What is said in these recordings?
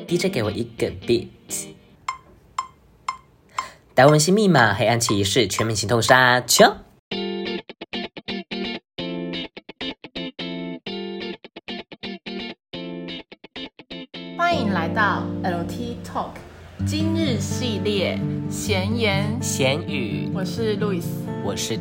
DJ 给我一个 beat。达文西密码，黑暗骑士，全面行动杀球。 欢迎来到 LT Talk 今日系列闲言闲语， 我是路易斯， 我是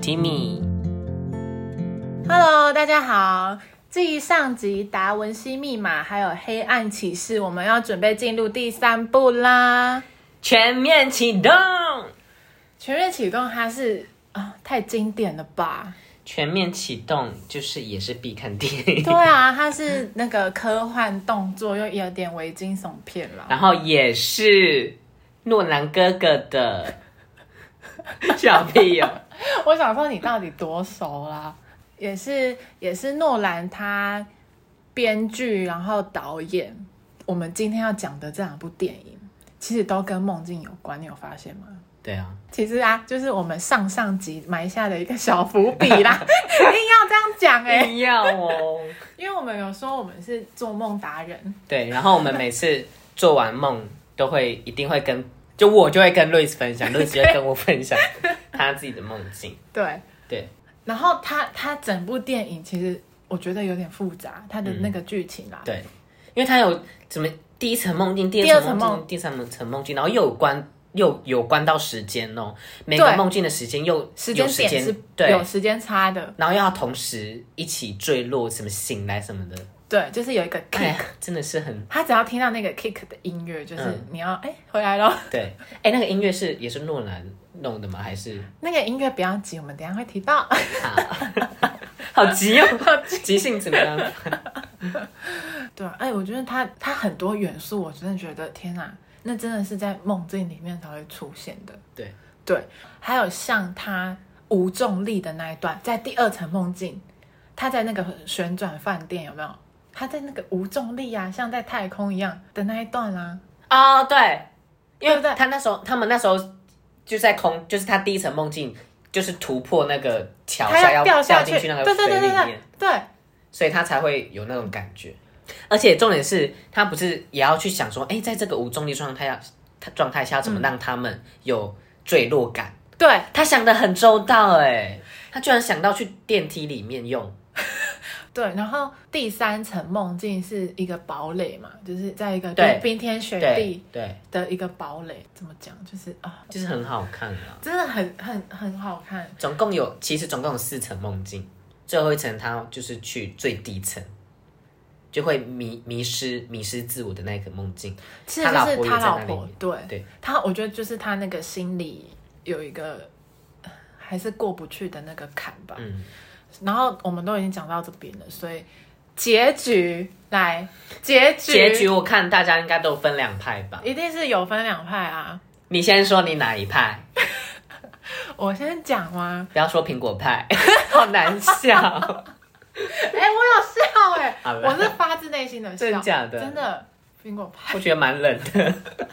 Timmy。Hello， 大家好。继上集达文西密码还有黑暗骑士，我们要准备进入第3部啦。 全面启动。 全面启动它是太经典了吧。 全面启动就是也是必看电影。 对啊，它是那个科幻动作又有点微惊悚片啦， 然后也是诺兰哥哥的小屁哦。 我想说你到底多熟啦。也是诺兰他编剧然后导演，我们今天要讲的这2部电影其实都跟梦境有关，你有发现吗？ 对啊， 其实就是我们上集埋下的一个小伏笔啦。硬要这样讲硬要哦。 因为我们有说我们是做梦达人。 对，然后我们每次做完梦都会一定会跟，我就会跟路易斯分享，路易斯就会跟我分享他自己的梦境。 对，然后他整部电影其实我觉得有点复杂，他的那个剧情啦。 对，因为他有什么第一层梦境、第二层梦境、第3层梦境，然后又有关到时间哦，每个梦境的时间又时间点是有时间差的， 然后要同时一起坠落，什么醒来什么的。 对，就是有一个 kick， 真的是很。 他只要听到那个 kick 的音乐，就是你要回来咯。 对，那个音乐也是诺兰弄的吗？还是那个音乐不要急，我们等一下会提到。 好急哦，急性子没办法。 对啊，我觉得他很多元素，我真的觉得天哪，那真的是在梦境里面才会出现的。对，还有像他无重力的那一段，在第2层梦境，他在那个旋转饭店有没有？他在那个无重力啊，像在太空一样的那一段啊。 哦，对，因为他们那时候就在空，就是他第1层梦境就是突破那个桥下要掉进去那个水里面， 对， 所以他才会有那种感觉。而且重点是他不是也要去想说，在这个无重力状态下要怎么让他们有坠落感？ 对， 他想得很周到他居然想到去电梯里面用。 对，然后第3层梦境是一个堡垒嘛，就是在一个冰天雪地的一个堡垒，怎么讲就是很好看啊， 真的很好看。 其实总共有4层梦境，最后一层他就是去最底层，就会迷失自我的那个梦境。 其实就是他老婆，对他，我觉得就是他那个心里有一个还是过不去的那个坎吧。然后我们都已经讲到这边了，所以结局，我看大家应该都分2派吧？ 一定是有分2派啊。 你先说你哪一派？ 我先讲吗？ 不要说苹果派，好难笑。 我有笑我是发自内心的笑。 真的假的？ 真的，苹果派。 我觉得蛮冷的。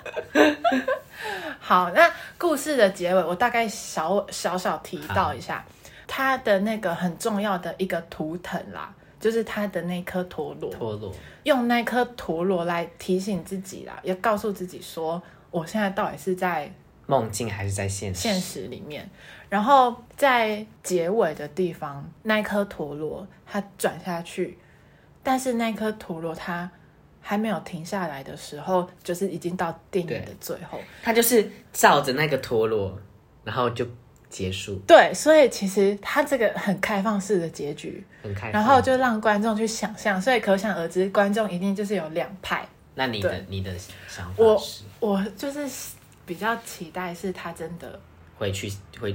好，那故事的结尾我大概小提到一下。他的那个很重要的一个图腾啦，就是他的那颗陀螺，用那颗陀螺来提醒自己啦，也告诉自己说，我现在到底是在梦境还是在现实里面。然后在结尾的地方，那颗陀螺它转下去，但是那颗陀螺它还没有停下来的时候，就是已经到电影的最后， 它就是照着那个陀螺，然后就结束。 对，所以其实它这个很开放式的结局，然后就让观众去想象，所以可想而知，观众一定就是有2派。 那你的想法是？ 我就是比较期待是他真的回去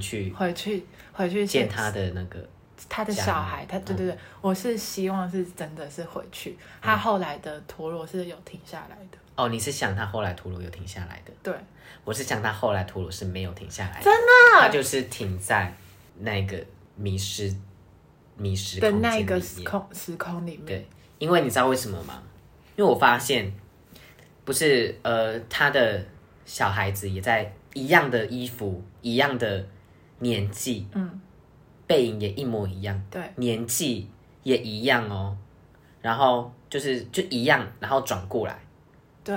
见他的那个他的小孩，对，我是希望是真的是回去，他后来的陀螺是有停下来的。 你是想他后来陀螺有停下来的？ 对， 我是想他后来陀螺是没有停下来的， 真的， 他就是停在那个迷失的那个时空里面。 对，因为你知道为什么吗？因为我发现，不是他的小孩子也在一样的衣服、一样的年纪，背影也一模一样， 对， 年纪也一样哦，然后就一样，然后转过来。 对啊，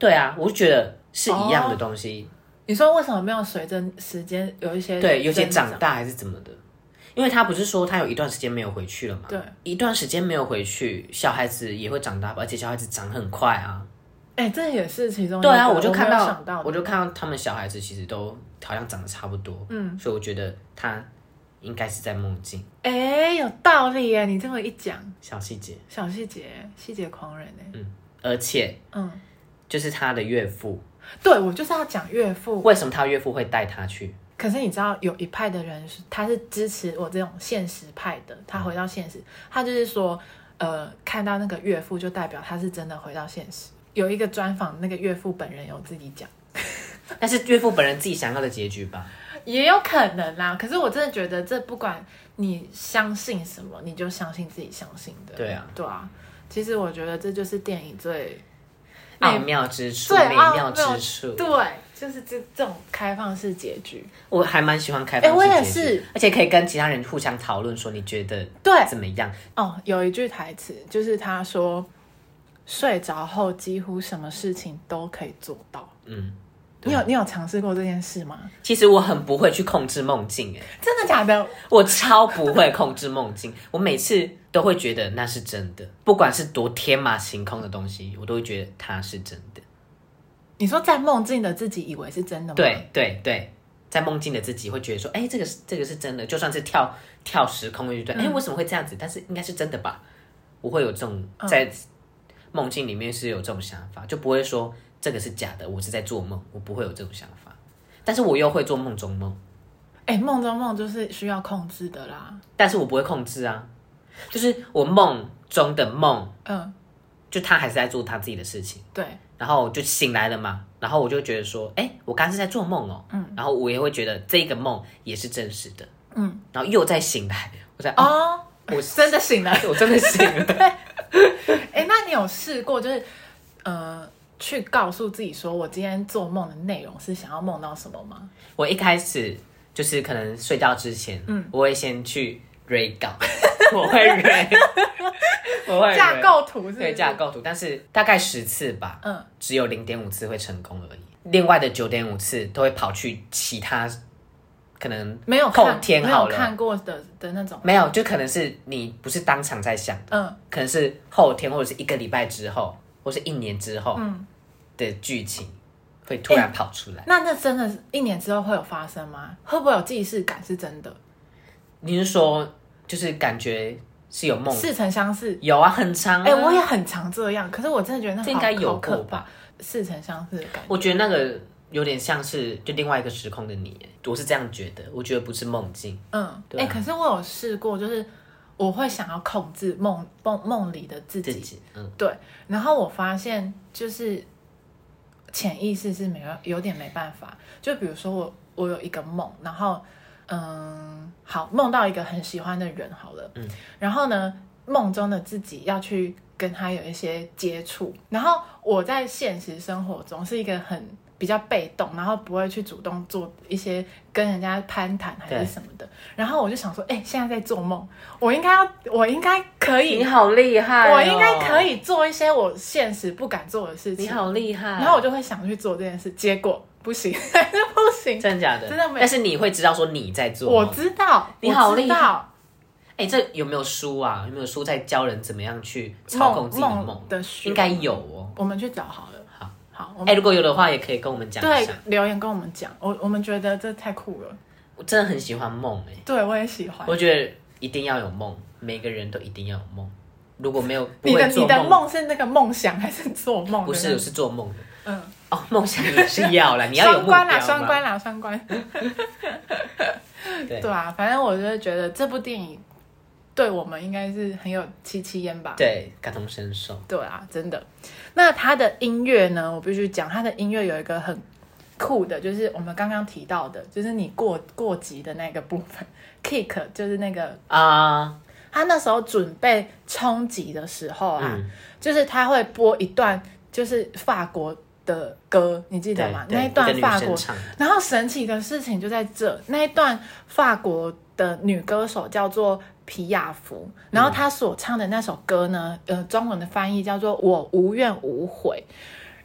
对啊，我就觉得是一样的东西。 你说为什么没有随着时间有一些对，有些长大还是怎么的？因为他不是说他有一段时间没有回去了嘛？ 对， 一段时间没有回去，小孩子也会长大吧，而且小孩子长很快啊。 这也是其中一个。 对啊，我就看到他们小孩子其实都好像长得差不多，所以我觉得他应该是在梦境。 有道理耶！你这么一讲， 小细节， 细节狂人耶。 而且就是他的岳父。 对，我就是要讲岳父。 为什么他岳父会带他去？ 可是你知道有一派的人他是支持我这种现实派的，他回到现实，他就是说，看到那个岳父就代表他是真的回到现实。有一个专访，那个岳父本人有自己讲， 但是岳父本人自己想要的结局吧， 也有可能啦。可是我真的觉得，这不管你相信什么，你就相信自己相信的。 对啊， 对啊。其实我觉得这就是电影最奥妙之处，美妙之处。 对，就是这种开放式结局， 我还蛮喜欢开放式结局。 我也是， 而且可以跟其他人互相讨论，说你觉得怎么样？ 有一句台词就是他说，睡着后几乎什么事情都可以做到。你有尝试过这件事吗？ 其实我很不会去控制梦境， 真的假的？ 我超不会控制梦境，我每次都会觉得那是真的，不管是多天马行空的东西，我都会觉得它是真的。 你说在梦境的自己以为是真的吗？ 对，在梦境的自己会觉得说，这个是真的，就算是跳时空，就觉得，为什么会这样子？但是应该是真的吧？我会有这种在梦境里面是有这种想法，就不会说这个是假的，我是在做梦，我不会有这种想法。但是我又会做梦中梦。 梦中梦就是需要控制的啦。 但是我不会控制啊，就是我梦中的梦，就他还是在做他自己的事情。 对。然后就醒来了嘛，然后我就觉得说，我刚刚是在做梦哦。然后我也会觉得这个梦也是真实的。然后又再醒来，我在我真的醒了， 我真的醒了。 对。那你有试过就是去告诉自己说我今天做梦的内容是想要梦到什么吗？ 我一开始就是可能睡觉之前，我会先去 re 稿，我会 re， 我会架构图是不是？ 对，架构图，但是大概10次吧，只有0.5次会成功而已，另外的9.5次都会跑去其他。可能没有后天好了， 没有看过的那种， 没有，就可能是你不是当场在想的，可能是后天或者是1个礼拜之后，或是1年之后的剧情会突然跑出来。 那真的是1年之后会有发生吗？会不会有既视感？是真的？ 你是说就是感觉是有梦似曾相识？ 有啊，很长啊。 我也很常这样，可是我真的觉得那应该有过吧？ 似曾相识的感觉， 我觉得那个有点像是就另外一个时空的你，我是这样觉得，我觉得不是梦境。 可是我有试过，就是我会想要控制梦里的自己，对，然后我发现就是潜意识是有点没办法。就比如说我有一个梦，然后好梦到一个很喜欢的人好了，然后呢梦中的自己要去跟他有一些接触，然后我在现实生活中是一个比较被动，然后不会去主动做一些跟人家攀谈还是什么的。然后我就想说，现在在做梦，我应该可以。 你好厉害哦！ 我应该可以做一些我现实不敢做的事情。 你好厉害！ 然后我就会想去做这件事，结果不行，还是不行。 真的假的？ 真的没有。 但是你会知道说你在做。 我知道， 你好厉害。这有没有书啊？有没有书在教人怎么样去操控自己的梦的书？ 应该有哦。 我们去找好了。好， 如果有的话，也可以跟我们讲一下。 对，留言跟我们讲。我们觉得这太酷了。 我真的很喜欢梦对，我也喜欢。 我觉得一定要有梦，每个人都一定要有梦。如果没有， 你的梦是那个梦想还是做梦？ 不是，我是做梦的。梦想也是要啦，你要有目标嘛。 双关。对啊，反正我就觉得这部电影对我们应该是很有戚焉吧。 对，感同身受。 对啊，真的。那他的音乐呢？我必须讲，他的音乐有一个很酷的，就是我们刚刚提到的，就是你过级的那个部分 ，kick 就是那个他那时候准备冲击的时候啊，就是他会播一段就是法国的歌，你记得吗？那一段法国，然后神奇的事情就在这，那一段法国的女歌手叫做皮亚芙，然后她所唱的那首歌呢，中文的翻译叫做《我无怨无悔》。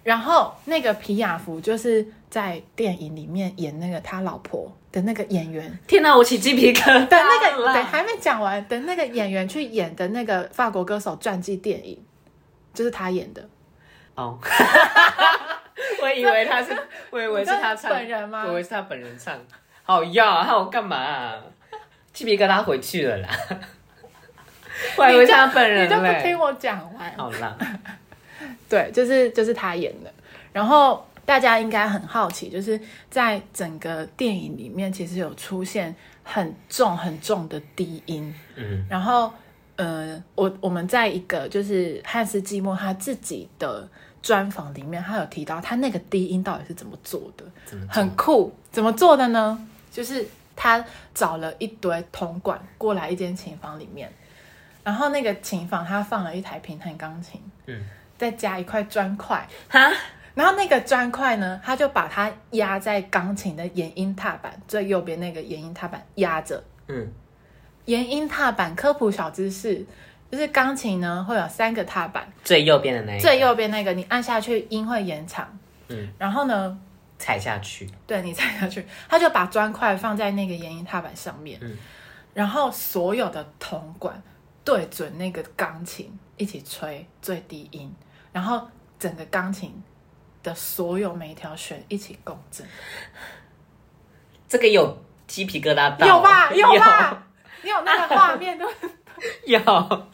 然后那个皮亚福就是在电影里面演那个他老婆的那个演员。 天哪，我起鸡皮疙瘩。 等那个，等还没讲完，等那个演员去演的那个法国歌手传记电影，就是他演的。 哦，我以为是他唱本人吗？ 我以为是他本人唱。好要，害我干嘛啊？鸡皮疙瘩回去了啦。我以为是他本人， 你就不听我讲完。 好啦。 对，就是他演的。然后大家应该很好奇，就是在整个电影里面，其实有出现很重很重的低音。然后我们在一个就是汉斯季默他自己的专访里面，他有提到他那个低音到底是怎么做的，很酷。怎么做的呢？就是他找了一堆铜管过来一间琴房里面，然后那个琴房他放了一台平弹钢琴，再加一块砖块，然后那个砖块呢，他就把它压在钢琴的延音踏板最右边那个延音踏板压着。延音踏板科普小知识，就是钢琴呢会有3个踏板， 最右边的那一个， 最右边那个你按下去音会延长，然后呢踩下去， 对，你踩下去，他就把砖块放在那个延音踏板上面，然后所有的铜管对准那个钢琴一起吹最低音，然后整个钢琴的所有每一条弦一起共振。 这个有鸡皮疙瘩到， 有吧？有吧？你有那个画面都有。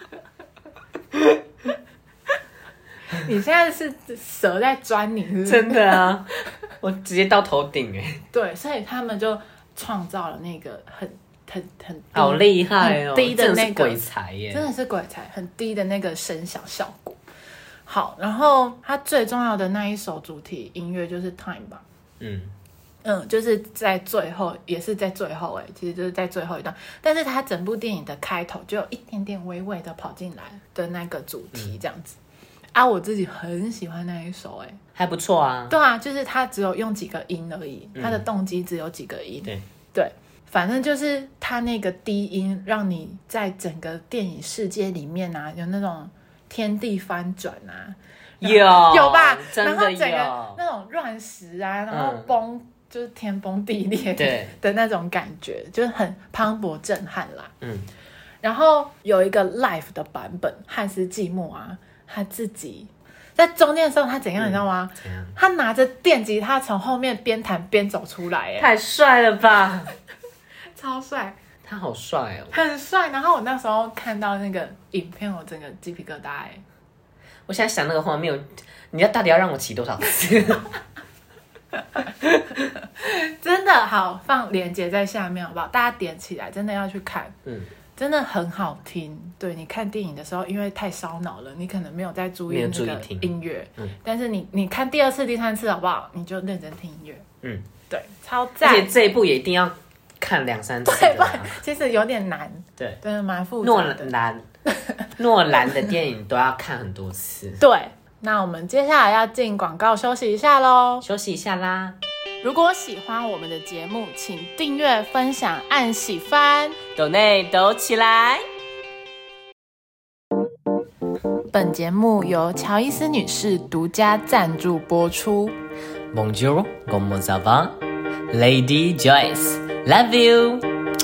你现在是蛇在钻你是不是？ 真的啊，我直接到头顶哎。 对，所以他们就创造了那个很好厉害哦， 很低的那个， 真的是鬼才耶， 真的是鬼才，很低的那个声响效果。好，然后它最重要的那一首主题音乐就是 Time 吧。就是在最后，也是在最后其实就是在最后一段，但是它整部电影的开头就有一点点微微的跑进来的那个主题这样子。我自己很喜欢那一首还不错啊。 对啊，就是它只有用几个音而已，它的动机只有几个音。对，反正就是它那个低音让你在整个电影世界里面啊，有那种天地翻转啊，有吧？ 真的有， 然后整个那种乱石啊，然后就是天崩地裂的那种感觉，就是很磅礴震撼啦。然后有一个 live 的版本，汉斯季默啊，他自己在中间的时候，他怎样你知道吗？他拿着电吉他从后面边弹边走出来， 太帅了吧！ 超帅， 他好帅哦， 很帅。然后我那时候看到那个影片，我整个鸡皮疙瘩我现在想那个画面，你到底要让我骑多少次？ 真的好，放链接在下面好不好？大家点起来，真的要去看。真的很好听。对，你看电影的时候，因为太烧脑了，你可能没有在注意那个音乐。但是你看第2次、第3次好不好？你就认真听音乐。对，超赞。 而且这一部也一定要看2-3次的。 对，其实有点难。 对， 真的蛮复杂的。 诺兰的电影都要看很多次。 对，那我们接下来要进广告休息一下咯。 休息一下啦。 如果喜欢我们的节目，请订阅、分享、按喜欢， 抖内抖起来。 本节目由乔伊斯女士独家赞助播出。 Bonjour, comment ça va? Lady Joyce, love you.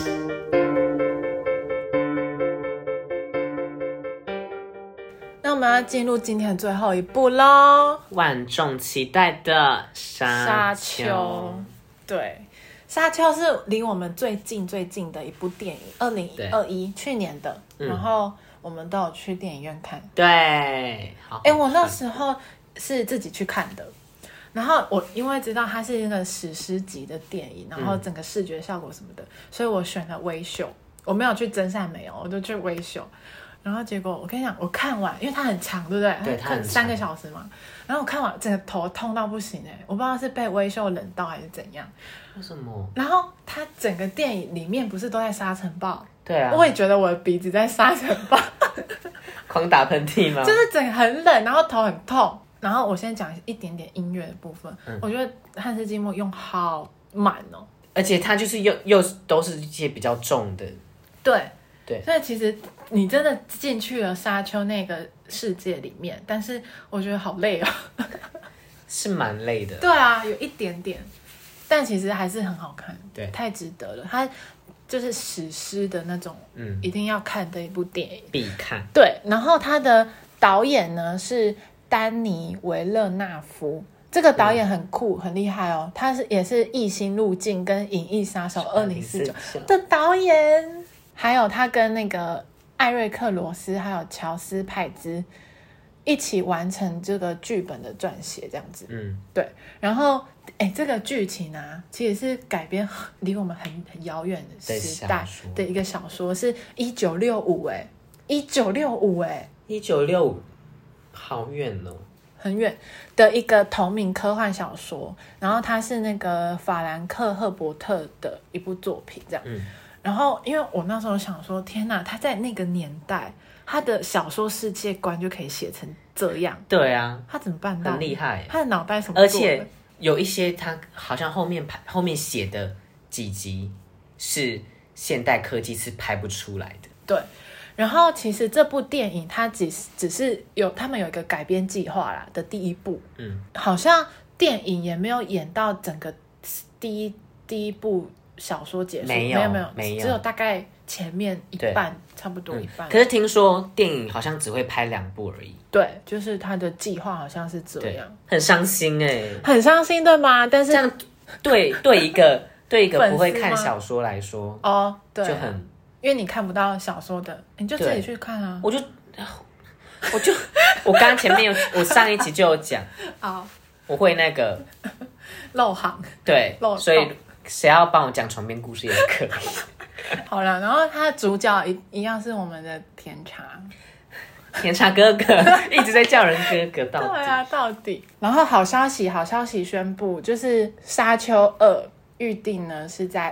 那我们要进入今天的最后一部咯， 万众期待的沙丘。 对，沙丘是离我们最近的一部电影，2021去年的，然后我们都有去电影院看。 对， 我那时候是自己去看的，然后我因为知道它是一个史诗级的电影，然后整个视觉效果什么的，所以我选了微秀，我没有去真善美我就去微秀。然后结果我跟你讲，我看完，因为它很长，对不对？ 对，它很长 3个小时嘛。然后我看完，整个头痛到不行我不知道是被微秀冷到还是怎样。 为什么？ 然后它整个电影里面不是都在沙尘暴？ 对啊。 我也觉得我的鼻子在沙尘暴， 狂打喷嚏吗？ 就是整个很冷，然后头很痛。然后我先讲一点点音乐的部分，我觉得汉斯季默用好满而且它就是又都是一些比较重的。 对，所以其实你真的进去了沙丘那个世界里面，但是我觉得好累是蛮累的。 对啊，有一点点，但其实还是很好看， 对， 太值得了。它就是史诗的那种，一定要看的一部电影， 必看。 对，然后它的导演呢是丹尼维勒纳夫，这个导演很酷，很厉害哦，他也是《异星路径》跟《银翼杀手2049》的导演，还有他跟那个艾瑞克罗斯还有乔斯派兹一起完成这个剧本的撰写，这样子。对。然后，这个剧情啊，其实是改编离我们很遥远的时代的一个小说，是1965。 1965，好远哦， 很远的一个同名科幻小说。然后它是那个法兰克·赫伯特的一部作品，这样。然后，因为我那时候想说，天哪，他在那个年代，他的小说世界观就可以写成这样。 对啊， 他怎么办到？ 很厉害， 他的脑袋什么做的？ 而且有一些他好像后面写的几集是现代科技是拍不出来的。 对。然后其实这部电影它只是他们有一个改编计划啦的第一部，好像电影也没有演到整个第一部小说结束，没有，只有大概前面一半，差不多一半。 可是听说电影好像只会拍2部而已。 对，就是他的计划好像是这样， 很伤心很伤心对吗？但是这样对一个不会看小说来说， 对， 就很。 因为你看不到小说的，你就自己去看啊。 我刚刚前面我上一集就有讲，我会那个漏行， 对，所以谁要帮我讲床边故事也可以。 好了，然后他的主角一样是我们的甜茶哥哥，一直在叫人哥哥，到底。 对啊，到底。然后好消息宣布，就是《沙丘2》。预定呢是在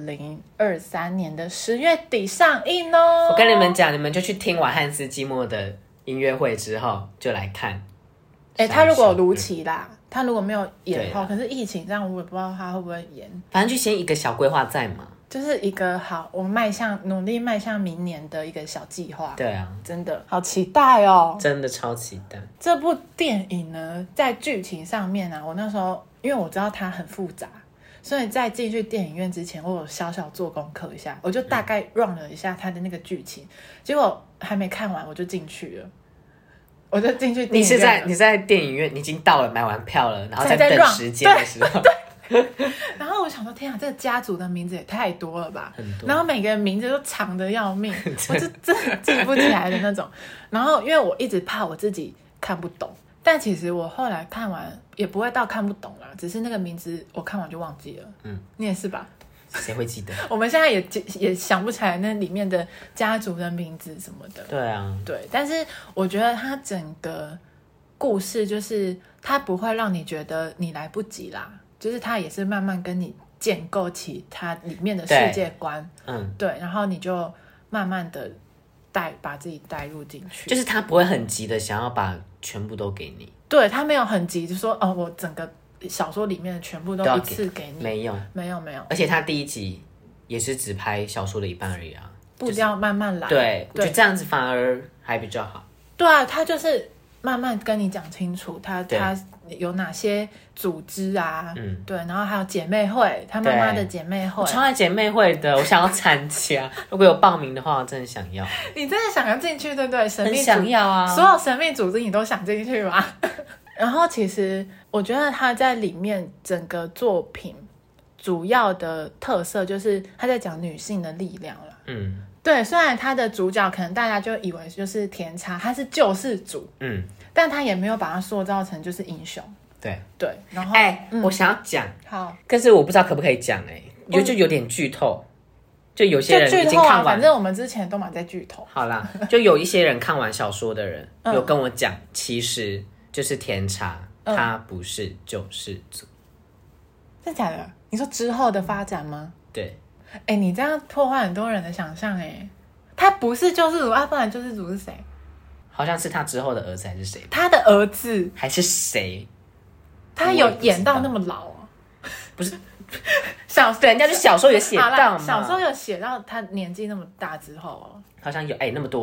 2023年的10月底上映哦。 我跟你们讲，你们就去听完汉斯季默的音乐会之后就来看。 他如果如期啦，他如果没有延后，可是疫情这样，我也不知道他会不会延。 反正就先一个小规划在嘛， 就是一个好，我们努力迈向明年的一个小计划。 对啊， 真的好期待哦， 真的超期待。 这部电影呢，在剧情上面啊，我那时候因为我知道它很复杂。所以在进去电影院之前，我有小小做功课一下，我就大概 run 了一下它的那个剧情，结果还没看完我就进去了，我就进去电影院。 你在电影院，你已经到了买完票了，然后在等时间的时候， 然后我想说，天啊，这个家族的名字也太多了吧， 很多， 然后每个人名字都长得要命，我就真的记不起来的那种。然后因为我一直怕我自己看不懂。但其实我后来看完也不会到看不懂啦，只是那个名字我看完就忘记了。你也是吧？ 谁会记得？ 我们现在也想不起来那里面的家族的名字什么的。 对啊， 对，但是我觉得它整个故事就是它不会让你觉得你来不及啦，就是它也是慢慢跟你建构起它里面的世界观。对，然后你就慢慢的把自己带入进去， 就是他不会很急的想要把全部都给你。 对，他没有很急，就说我整个小说里面的全部都一次给你。没有。 而且他第一集也是只拍小说的一半而已啊， 步调慢慢来。 对，我觉得这样子反而还比较好。 对啊，他就是慢慢跟你讲清楚他有哪些组织啊，对，然后还有姐妹会，他妈妈的姐妹会， 我超爱姐妹会的，我想要参加。如果有报名的话，我真的想要。 你真的想要进去，对不对？ 很想要啊！ 所有神秘组织你都想进去吗？然后其实我觉得他在里面整个作品主要的特色就是他在讲女性的力量啦。对，虽然他的主角可能大家就以为就是甜茶，他是救世主，但他也没有把他塑造成就是英雄。对，然后我想要讲， 好， 但是我不知道可不可以讲，就有点剧透，就有些人已经看完， 反正我们之前都蛮在剧透。 好啦，就有一些人看完小说的人有跟我讲，其实就是甜茶，他不是救世主。 真的假的？你说之后的发展吗？ 对。 你这样破坏很多人的想象。他不是救世主不然救世主是谁？ 好像是他之后的儿子还是谁？ 他的儿子还是谁？ 他有演到那么老啊？ 不是，人家就小时候有写到嘛。 小时候有写到他年纪那么大之后哦。 好像有那么多部。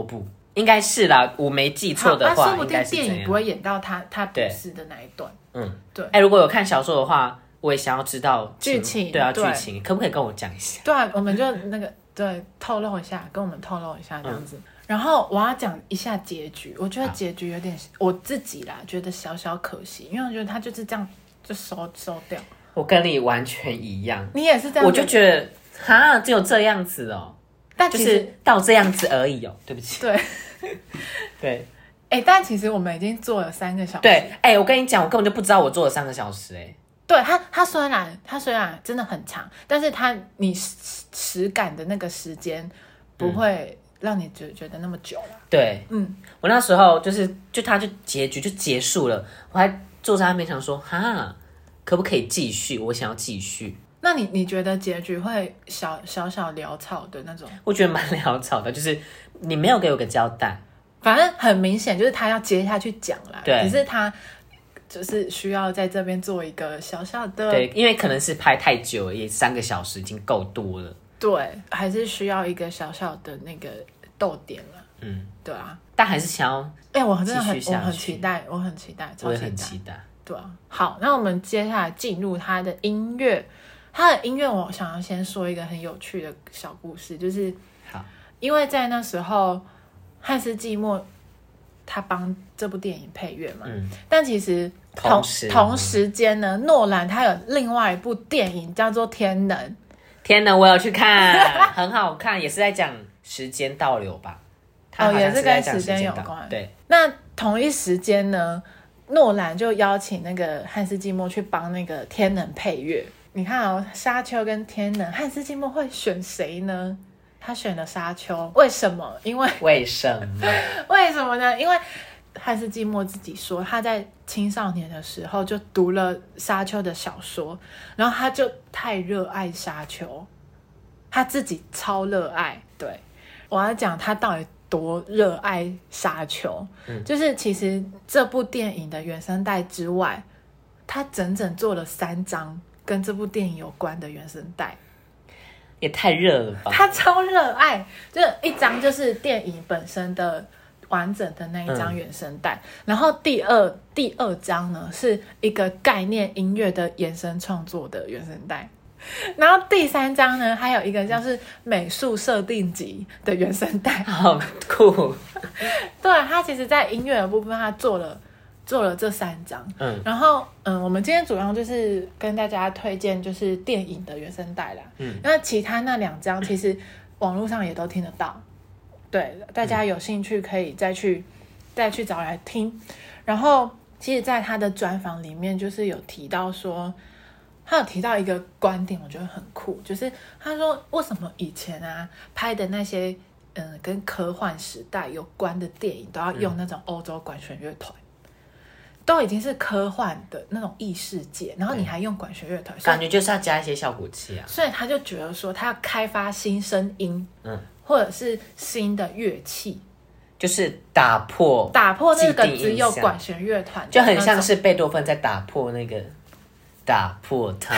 应该是啦，我没记错的话， 说不定电影不会演到他不是的那一段。对。 如果有看小说的话，我也想要知道剧情。 对啊，剧情可不可以跟我讲一下？ 对啊，我们就那个对透露一下，跟我们透露一下这样子。然后我要讲一下结局，我觉得结局有点我自己啦觉得小小可惜，因为我觉得他就是这样就收掉。 我跟你完全一样， 你也是这样， 我就觉得只有这样子哦，但就是到这样子而已哦，对不起。 对对， 但其实我们已经做了3个小时。 对，我跟你讲，我根本就不知道我做了3个小时。 对他虽然真的很长，但是你实感的那个时间不会让你觉得那么久了。 对，我那时候他就结局就结束了，我还坐在那边想说，可不可以继续？我想要继续。 那你觉得结局会小潦草的那种？ 我觉得蛮潦草的，就是你没有给我个交代。 反正很明显就是他要接下去讲啦， 对， 只是他就是需要在这边做一个小小的， 对，因为可能是拍太久了，也3个小时已经够多了。 对，还是需要一个小小的那个逗点了。对啊， 但还是想要我真的很期待，我很期待， 我也很期待。 对啊，好，那我们接下来进入他的音乐。他的音乐，我想要先说一个很有趣的小故事，就是因为在那时候汉斯季默他帮这部电影配乐嘛，但其实同时间呢，诺兰他有另外一部电影叫做《天能》。 天能我有去看，很好看，也是在讲时间倒流吧？ 也是跟时间有关。 对， 那同一时间呢，诺兰就邀请那个汉斯季默去帮那个《天能》配乐。你看沙丘跟天能，汉斯季默会选谁呢？他选了沙丘，为什么？ 为什么呢？因为汉斯季默自己说，他在青少年的时候就读了沙丘的小说，然后他就太热爱沙丘，他自己超热爱。对，我要讲他到底多热爱沙丘，就是其实这部电影的原声带之外，他整整做了3张跟这部电影有关的原声带， 也太热了吧！ 他超热爱，就一张就是电影本身的完整的那一张原声带，然后第二张呢是一个概念音乐的延伸创作的原声带，然后第3张呢还有一个像是美术设定集的原声带， 好酷！ 对，他其实在音乐的部分他做了这3张，然后我们今天主要就是跟大家推荐就是电影的原声带啦，那其他那2张其实网络上也都听得到，对，大家有兴趣可以再去找来听。然后其实在他的专访里面就是有提到说，他有提到一个观点我觉得很酷，就是他说为什么以前拍的那些跟科幻时代有关的电影都要用那种欧洲管弦乐团，都已经是科幻的那种异世界，然后你还用管弦乐团， 感觉就是要加一些效果器啊。 所以他就觉得说他要开发新声音，或者是新的乐器， 就是打破那个只有管弦乐团， 就很像是贝多芬在打破那个打破它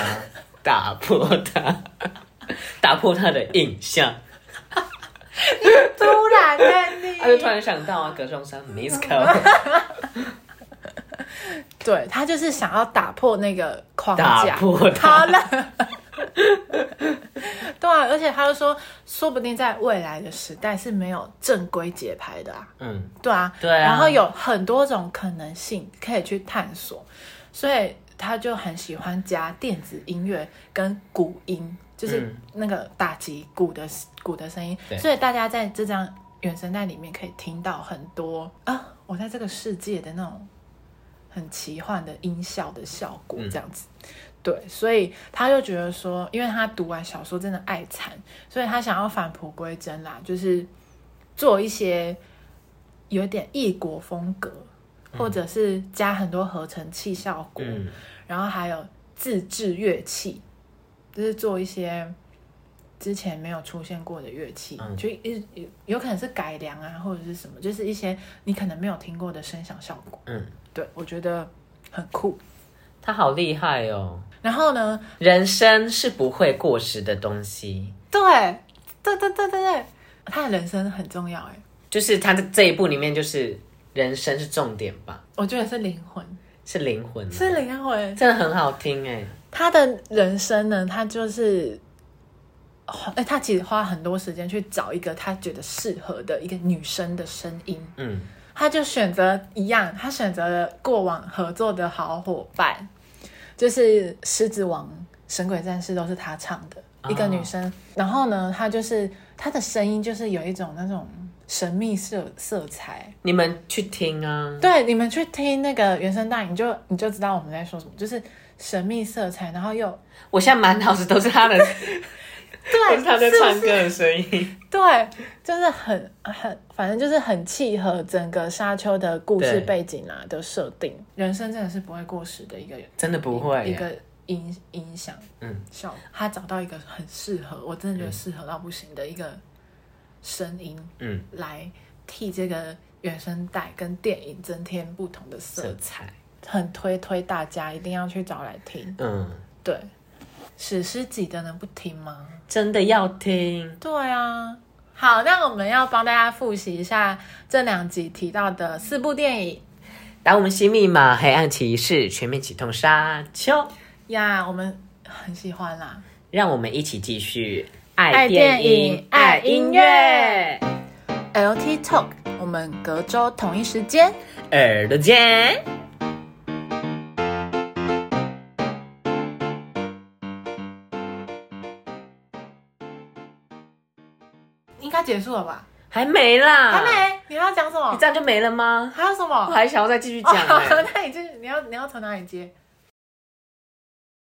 的印象。 你突然你他就突然想到葛仲山 Misco。 对，他就是想要打破那个框架， 打破它了。 对啊，而且他就说不定在未来的时代是没有正规节拍的啊。对啊，然后有很多种可能性可以去探索，所以他就很喜欢加电子音乐跟鼓音，就是那个打击鼓的声音，所以大家在这张原声带里面可以听到很多我在这个世界的那种很奇幻的音效的效果这样子。对，所以他就觉得说，因为他读完小说真的爱惨，所以他想要返璞归真啦，就是做一些有点异国风格，或者是加很多合成器效果，然后还有自制乐器，就是做一些之前没有出现过的乐器，就有可能是改良啊，或者是什么，就是一些你可能没有听过的声响效果。对，我觉得很酷。 他好厉害哦。 然后呢， 人生是不会过时的东西。 对，他的人生很重要。 就是他的这一部里面就是人生是重点吧？ 我觉得是灵魂， 是灵魂， 是灵魂， 真的很好听哎。 他的人生呢，他就是他其实花很多时间去找一个他觉得适合的一个女生的声音，他就选择一样，他选择了过往合作的好伙伴，就是《狮子王》《神鬼战士》都是他唱的一个女生，然后呢，他就是他的声音就是有一种那种神秘色彩。 你们去听啊， 对，你们去听那个原声带，你就知道我们在说什么，就是神秘色彩，然后又我现在满脑子都是他的。对，他在唱歌的声音， 对，就是很，反正就是很契合整个沙丘的故事背景啊的设定。人生真的是不会过时的一个， 真的不会一个音响，效果。他找到一个很适合，我真的觉得适合到不行的一个声音，来替这个原声带跟电影增添不同的色彩，很推大家一定要去找来听。对。史诗级的能不听吗？ 真的要听。 对啊，好，那我们要帮大家复习一下这2集提到的4部电影： 打我们新密码、黑暗骑士、全面启动沙丘呀，我们很喜欢啦。 让我们一起继续爱电影、爱音乐。 LT Talk， 我们隔周同一时间耳朵见。 应该结束了吧？ 还没啦， 还没。你要讲什么？ 你这样就没了吗？ 还有什么？ 我还想要再继续讲。 那你要从哪里接？